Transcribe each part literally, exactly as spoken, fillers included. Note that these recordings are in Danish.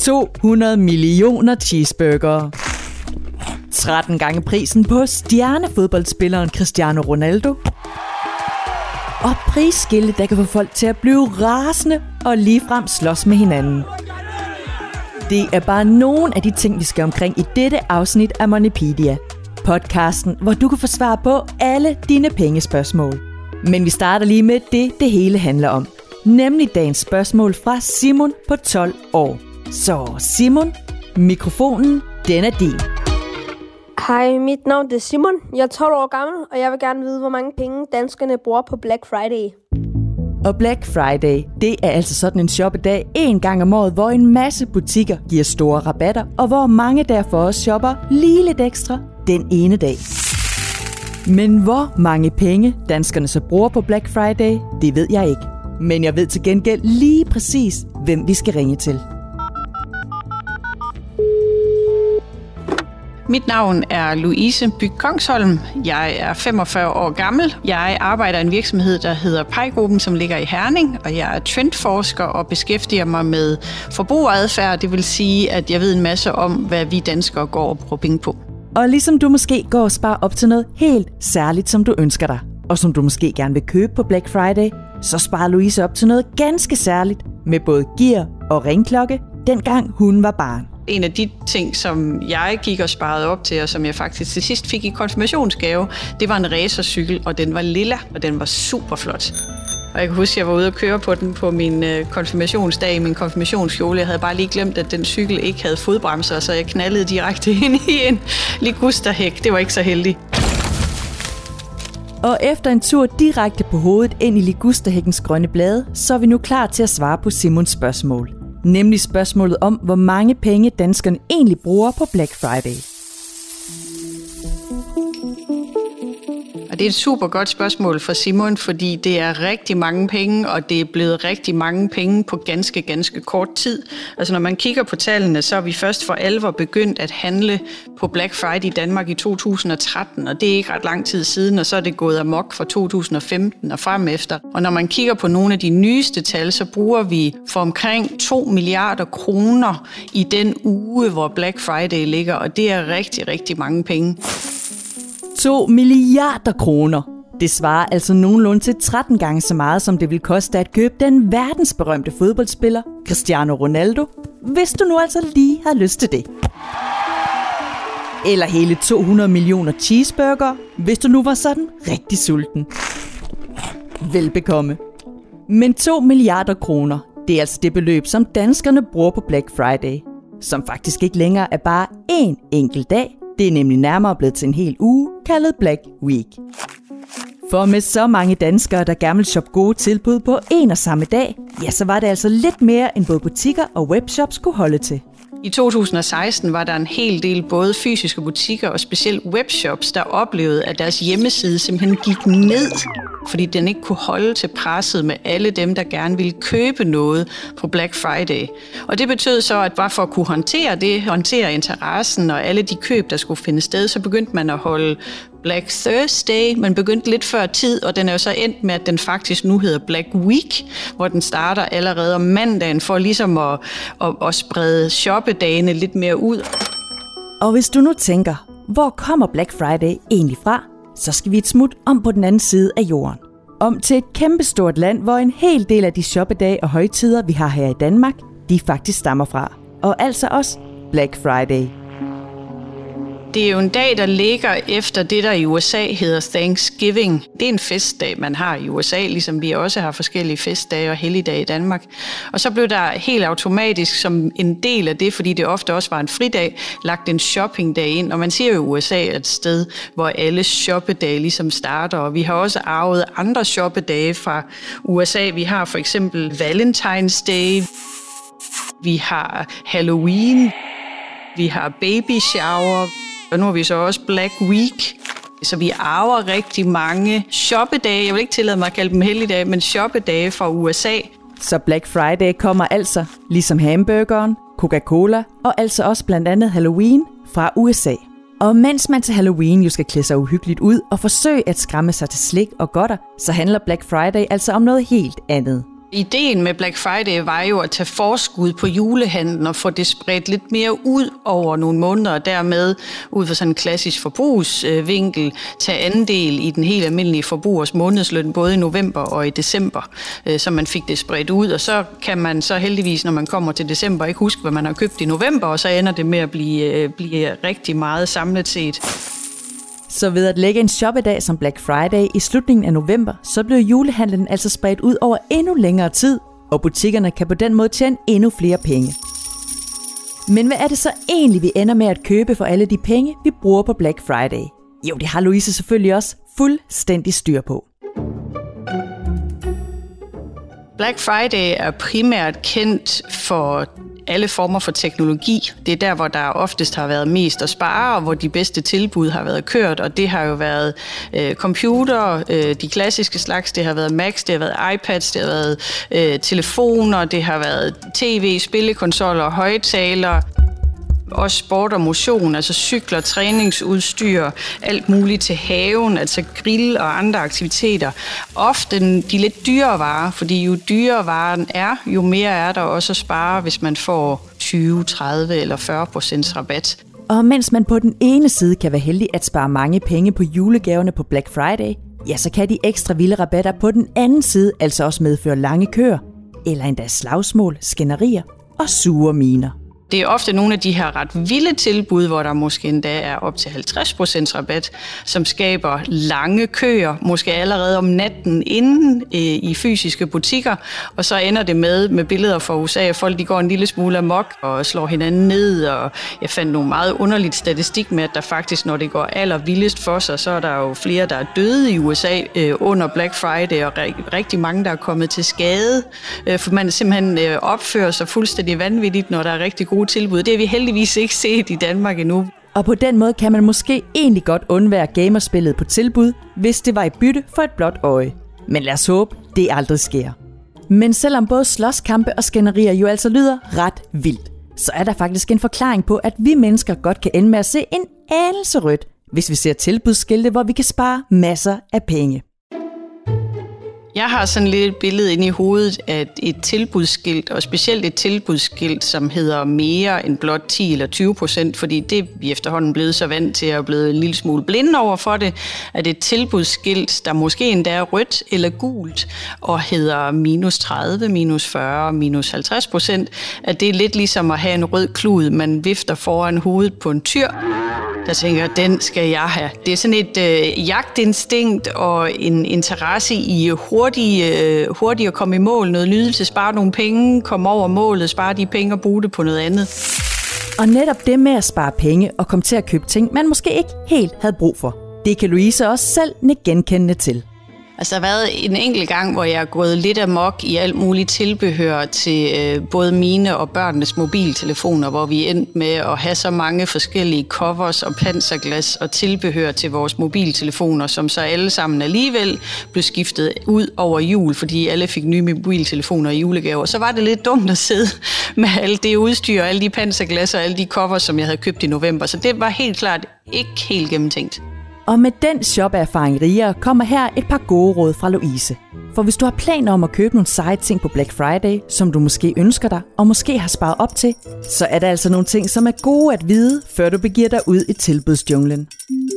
to hundrede millioner cheeseburgere. tretten gange prisen på stjernefodboldspilleren Cristiano Ronaldo. Og prisskilte, der kan få folk til at blive rasende og ligefrem slås med hinanden. Det er bare nogle af de ting, vi skal omkring i dette afsnit af Moneypedia. Podcasten, hvor du kan få svar på alle dine pengespørgsmål. Men vi starter lige med det, det hele handler om. Nemlig dagens spørgsmål fra Simon på tolv år. Så Simon, mikrofonen, den er din. Hej, mit navn er Simon. Jeg er tolv år gammel, og jeg vil gerne vide, hvor mange penge danskerne bruger på Black Friday. Og Black Friday, det er altså sådan en shoppedag en gang om året, hvor en masse butikker giver store rabatter, og hvor mange derfor også shopper lige lidt ekstra den ene dag. Men hvor mange penge danskerne så bruger på Black Friday, det ved jeg ikke. Men jeg ved til gengæld lige præcis, hvem vi skal ringe til. Mit navn er Louise Byg Kongsholm. Jeg er femogfyrre år gammel. Jeg arbejder i en virksomhed, der hedder Pejgruppen, som ligger i Herning, og jeg er trendforsker og beskæftiger mig med forbrugeradfærd. Det vil sige, at jeg ved en masse om, hvad vi danskere går og bruger penge på. Og ligesom du måske går og sparer op til noget helt særligt, som du ønsker dig, og som du måske gerne vil købe på Black Friday, så sparer Louise op til noget ganske særligt med både gear og ringklokke, dengang hun var barn. En af de ting, som jeg gik og sparede op til, og som jeg faktisk til sidst fik i konfirmationsgave, det var en racercykel, og den var lilla, og den var super flot. Og jeg kan huske, at jeg var ude og køre på den på min konfirmationsdag i min konfirmationskjole. Jeg havde bare lige glemt, at den cykel ikke havde fodbremser, så jeg knaldede direkte ind i en ligusterhæk. Det var ikke så heldigt. Og efter en tur direkte på hovedet ind i ligusterhækkens grønne blade, så er vi nu klar til at svare på Simons spørgsmål. Nemlig spørgsmålet om, hvor mange penge danskerne egentlig bruger på Black Friday. Og det er et super godt spørgsmål for Simon, fordi det er rigtig mange penge, og det er blevet rigtig mange penge på ganske, ganske kort tid. Altså når man kigger på tallene, så er vi først for alvor begyndt at handle på Black Friday i Danmark i to tusind og tretten, og det er ikke ret lang tid siden, og så er det gået amok fra to tusind og femten og frem efter. Og når man kigger på nogle af de nyeste tal, så bruger vi for omkring to milliarder kroner i den uge, hvor Black Friday ligger, og det er rigtig, rigtig mange penge. to milliarder kroner. Det svarer altså nogenlunde til tretten gange så meget, som det vil koste at købe den verdensberømte fodboldspiller Cristiano Ronaldo, hvis du nu altså lige har lyst til det. Eller hele to hundrede millioner cheeseburger, hvis du nu var sådan rigtig sulten. Velbekomme. Men to milliarder kroner, det er altså det beløb, som danskerne bruger på Black Friday, som faktisk ikke længere er bare én enkelt dag. Det er nemlig nærmere blevet til en hel uge, kaldet Black Week. For med så mange danskere, der gerne vil shoppe gode tilbud på en og samme dag, ja, så var det altså lidt mere, end både butikker og webshops kunne holde til. I to tusind og seksten var der en hel del både fysiske butikker og specielt webshops, der oplevede, at deres hjemmeside simpelthen gik ned, fordi den ikke kunne holde til presset med alle dem, der gerne ville købe noget på Black Friday. Og det betød så, at bare for at kunne håndtere det, håndtere interessen og alle de køb, der skulle finde sted, så begyndte man at holde Black Thursday, man begyndte lidt før tid, og den er jo så endt med, at den faktisk nu hedder Black Week, hvor den starter allerede om mandagen for ligesom at, at, at sprede shoppedagene lidt mere ud. Og hvis du nu tænker, hvor kommer Black Friday egentlig fra, så skal vi et smut om på den anden side af jorden. Om til et kæmpestort land, hvor en hel del af de shoppedage og højtider, vi har her i Danmark, de faktisk stammer fra. Og altså også Black Friday. Det er jo en dag, der ligger efter det, der i U S A hedder Thanksgiving. Det er en festdag, man har i U S A, ligesom vi også har forskellige festdage og helligdage i Danmark. Og så blev der helt automatisk som en del af det, fordi det ofte også var en fridag, lagt en shoppingdag ind. Og man siger jo, U S A er et sted, hvor alle shoppedage ligesom starter. Og vi har også arvet andre shoppedage fra U S A. Vi har for eksempel Valentine's Day. Vi har Halloween. Vi har baby shower. Og nu har vi så også Black Week, så vi arver rigtig mange shoppedage. Jeg vil ikke tillade mig at kalde dem helligdage, men shoppedage fra U S A. Så Black Friday kommer altså, ligesom hamburgeren, Coca-Cola og altså også blandt andet Halloween fra U S A. Og mens man til Halloween jo skal klæde sig uhyggeligt ud og forsøge at skræmme sig til slik og godter, så handler Black Friday altså om noget helt andet. Ideen med Black Friday var jo at tage forskud på julehandlen og få det spredt lidt mere ud over nogle måneder, og dermed ud fra sådan en klassisk forbrugsvinkel tage andel i den helt almindelige forbrugers månedsløn, både i november og i december, så man fik det spredt ud, og så kan man så heldigvis, når man kommer til december, ikke huske, hvad man har købt i november, og så ender det med at blive, blive rigtig meget samlet set. Så ved at lægge en shoppedag som Black Friday i slutningen af november, så blev julehandlen altså spredt ud over endnu længere tid, og butikkerne kan på den måde tjene endnu flere penge. Men hvad er det så egentlig, vi ender med at købe for alle de penge, vi bruger på Black Friday? Jo, det har Louise selvfølgelig også fuldstændig styr på. Black Friday er primært kendt for alle former for teknologi. Det er der, hvor der oftest har været mest at spare, og hvor de bedste tilbud har været kørt, og det har jo været øh, computer, øh, de klassiske slags, det har været Macs, det har været iPads, det har været øh, telefoner, det har været tv, spillekonsoller, højttalere, også sport og motion, altså cykler, træningsudstyr, alt muligt til haven, altså grill og andre aktiviteter. Ofte de lidt dyrere varer, fordi jo dyrere varen er, jo mere er der også at spare, hvis man får tyve, tredive eller fyrre procent rabat. Og mens man på den ene side kan være heldig at spare mange penge på julegaverne på Black Friday, ja, så kan de ekstra vilde rabatter på den anden side altså også medføre lange køer, eller endda slagsmål, skænderier og sure miner. Det er ofte nogle af de her ret vilde tilbud, hvor der måske endda er op til halvtreds procent rabat, som skaber lange køer, måske allerede om natten inden øh, i fysiske butikker, og så ender det med, med billeder fra U S A, at folk de går en lille smule amok og slår hinanden ned, og jeg fandt nogle meget underligt statistik med, at der faktisk, når det går allervildest for sig, så er der jo flere, der er døde i U S A øh, under Black Friday, og rig- rigtig mange, der er kommet til skade, øh, for man simpelthen øh, opfører sig fuldstændig vanvittigt, når der er rigtig gode tilbud. Det har vi heldigvis ikke set i Danmark endnu. Og på den måde kan man måske egentlig godt undvære gamerspillet på tilbud, hvis det var i bytte for et blåt øje. Men lad os håbe, det aldrig sker. Men selvom både slåskampe og skænderier jo altså lyder ret vildt, så er der faktisk en forklaring på, at vi mennesker godt kan ende med at se en anelse rødt, hvis vi ser tilbudsskilte, hvor vi kan spare masser af penge. Jeg har sådan lidt et billede inde i hovedet af et tilbudsskilt, og specielt et tilbudsskilt, som hedder mere end blot ti eller tyve procent, fordi det er vi efterhånden blevet så vant til at blive en lille smule blinde over for det, at et tilbudsskilt, der måske endda er rødt eller gult, og hedder minus tredive, minus fyrre, minus halvtreds procent, at det er lidt ligesom at have en rød klud, man vifter foran hovedet på en tyr. Der tænker jeg, den skal jeg have. Det er sådan et øh, jagtinstinkt og en interesse i hurtigt, øh, hurtigt at komme i mål, noget nydelse, spare nogle penge, komme over målet, spare de penge og bruge det på noget andet. Og netop det med at spare penge og komme til at købe ting, man måske ikke helt havde brug for, det kan Louise også selv nikke genkendende til. Altså, der har været en enkelt gang, hvor jeg er gået lidt amok i alt muligt tilbehør til øh, både mine og børnenes mobiltelefoner, hvor vi endte med at have så mange forskellige covers og panserglas og tilbehør til vores mobiltelefoner, som så alle sammen alligevel blev skiftet ud over jul, fordi alle fik nye mobiltelefoner i julegaver. Så var det lidt dumt at sidde med alt det udstyr, alle de panserglas og alle de covers, som jeg havde købt i november. Så det var helt klart ikke helt gennemtænkt. Og med den shop-erfaring rigere kommer her et par gode råd fra Louise. For hvis du har planer om at købe nogle seje ting på Black Friday, som du måske ønsker dig og måske har sparet op til, så er der altså nogle ting, som er gode at vide, før du begiver dig ud i tilbudsjunglen.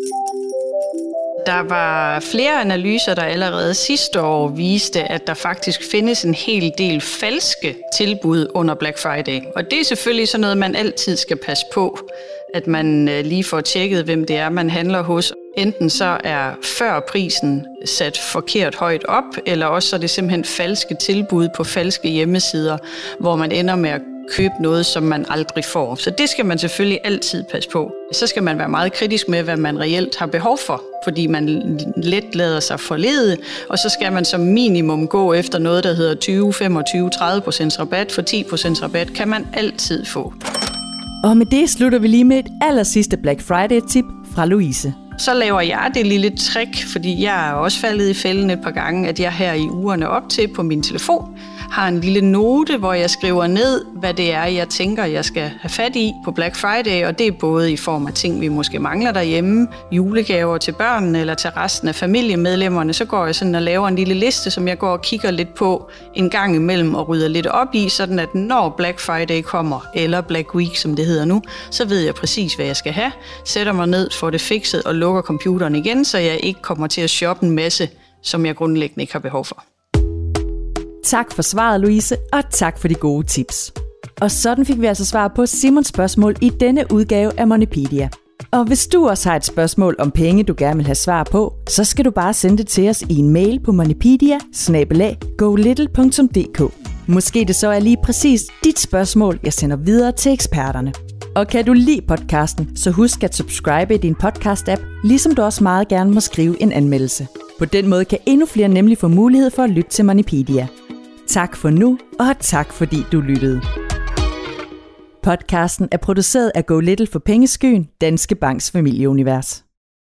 Der var flere analyser, der allerede sidste år viste, at der faktisk findes en hel del falske tilbud under Black Friday. Og det er selvfølgelig sådan noget, man altid skal passe på, at man lige får tjekket, hvem det er, man handler hos. Enten så er før prisen sat forkert højt op, eller også så er det simpelthen falske tilbud på falske hjemmesider, hvor man ender med at købe noget, som man aldrig får. Så det skal man selvfølgelig altid passe på. Så skal man være meget kritisk med, hvad man reelt har behov for, fordi man let lader sig forlede, og så skal man som minimum gå efter noget, der hedder tyve, femogtyve, tredive procent rabat. For ti procent rabat kan man altid få. Og med det slutter vi lige med et allersidste Black Friday-tip fra Louise. Så laver jeg det lille trick, fordi jeg er også faldet i fælden et par gange, at jeg her i ugerne op til på min telefon har en lille note, hvor jeg skriver ned, hvad det er, jeg tænker, jeg skal have fat i på Black Friday, og det er både i form af ting, vi måske mangler derhjemme, julegaver til børnene eller til resten af familiemedlemmerne. Så går jeg sådan og laver en lille liste, som jeg går og kigger lidt på en gang imellem og rydder lidt op i, sådan at når Black Friday kommer, eller Black Week, som det hedder nu, så ved jeg præcis, hvad jeg skal have, sætter mig ned, får det fikset og lukker computeren igen, så jeg ikke kommer til at shoppe en masse, som jeg grundlæggende ikke har behov for. Tak for svaret, Louise, og tak for de gode tips. Og sådan fik vi altså svar på Simons spørgsmål i denne udgave af Moneypedia. Og hvis du også har et spørgsmål om penge, du gerne vil have svar på, så skal du bare sende det til os i en mail på moneypedia bindestreg go little punktum d k. Måske det så er lige præcis dit spørgsmål, jeg sender videre til eksperterne. Og kan du lide podcasten, så husk at subscribe i din podcast-app, ligesom du også meget gerne må skrive en anmeldelse. På den måde kan endnu flere nemlig få mulighed for at lytte til Moneypedia. Tak for nu, og tak fordi du lyttede. Podcasten er produceret af Go Little for Pengeskyen, Danske Banks familieunivers.